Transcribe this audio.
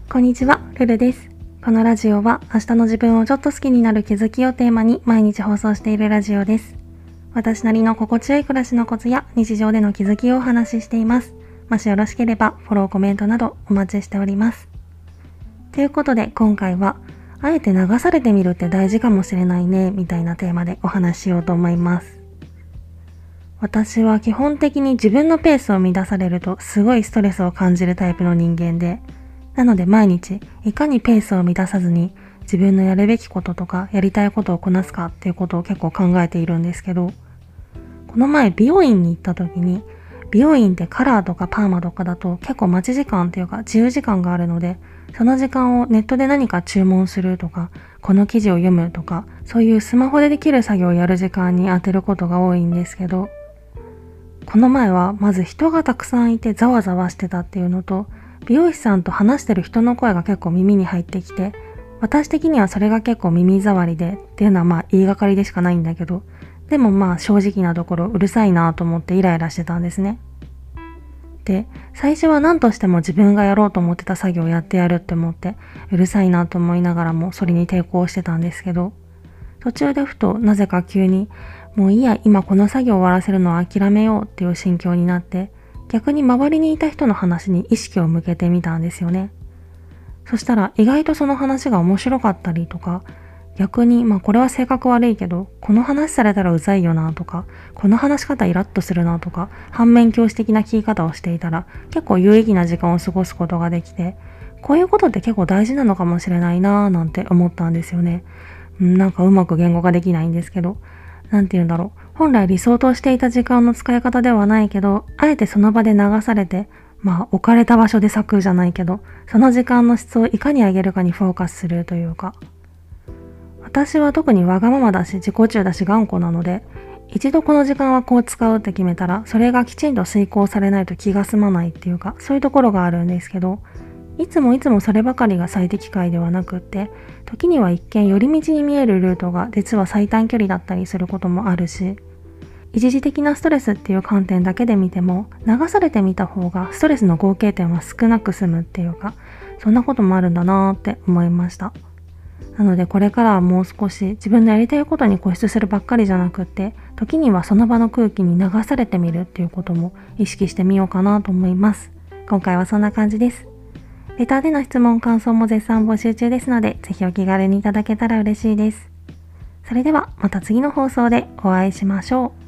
こんにちは、ルルです。このラジオは明日の自分をちょっと好きになる気づきをテーマに毎日放送しているラジオです。私なりの心地よい暮らしのコツや日常での気づきをお話ししています。もしよろしければフォロー、コメントなどお待ちしております。ということで今回はあえて流されてみるって大事かもしれないねみたいなテーマでお話ししようと思います。私は基本的に自分のペースを乱されるとすごいストレスを感じるタイプの人間で、なので毎日いかにペースを乱さずに自分のやるべきこととかやりたいことをこなすかっていうことを結構考えているんですけど、この前美容院に行った時に、美容院ってカラーとかパーマとかだと結構待ち時間っていうか自由時間があるので、その時間をネットで何か注文するとか、この記事を読むとか、そういうスマホでできる作業をやる時間に当てることが多いんですけど、この前はまず人がたくさんいてざわざわしてたっていうのと、美容師さんと話してる人の声が結構耳に入ってきて、私的にはそれが結構耳障りでっていうのは言いがかりでしかないんだけど、でも正直なところうるさいなと思ってイライラしてたんですね。で、最初は何としても自分がやろうと思ってた作業をやってやるって思って、うるさいなと思いながらもそれに抵抗してたんですけど、途中でふとなぜか急に、もういいや、今この作業を終わらせるのは諦めようっていう心境になって、逆に周りにいた人の話に意識を向けてみたんですよね。そしたら意外とその話が面白かったりとか、逆にこれは性格悪いけど、この話されたらうざいよなとか、この話し方イラッとするなとか、反面教師的な聞き方をしていたら結構有意義な時間を過ごすことができて、こういうことって結構大事なのかもしれないなぁなんて思ったんですよね。なんかうまく言語化できないんですけど、なんて言うんだろう。本来理想としていた時間の使い方ではないけど、あえてその場で流されて、置かれた場所で咲くじゃないけど、その時間の質をいかに上げるかにフォーカスするというか。私は特にわがままだし自己中だし頑固なので、一度この時間はこう使うって決めたら、それがきちんと遂行されないと気が済まないっていうか、そういうところがあるんですけど、いつもそればかりが最適解ではなくって、時には一見寄り道に見えるルートが実は最短距離だったりすることもあるし、一時的なストレスっていう観点だけで見ても、流されてみた方がストレスの合計点は少なく済むっていうか、そんなこともあるんだなーって思いました。なのでこれからはもう少し自分のやりたいことに固執するばっかりじゃなくって、時にはその場の空気に流されてみるっていうことも意識してみようかなと思います。今回はそんな感じです。レターでの質問、感想も絶賛募集中ですので、ぜひお気軽にいただけたら嬉しいです。それではまた次の放送でお会いしましょう。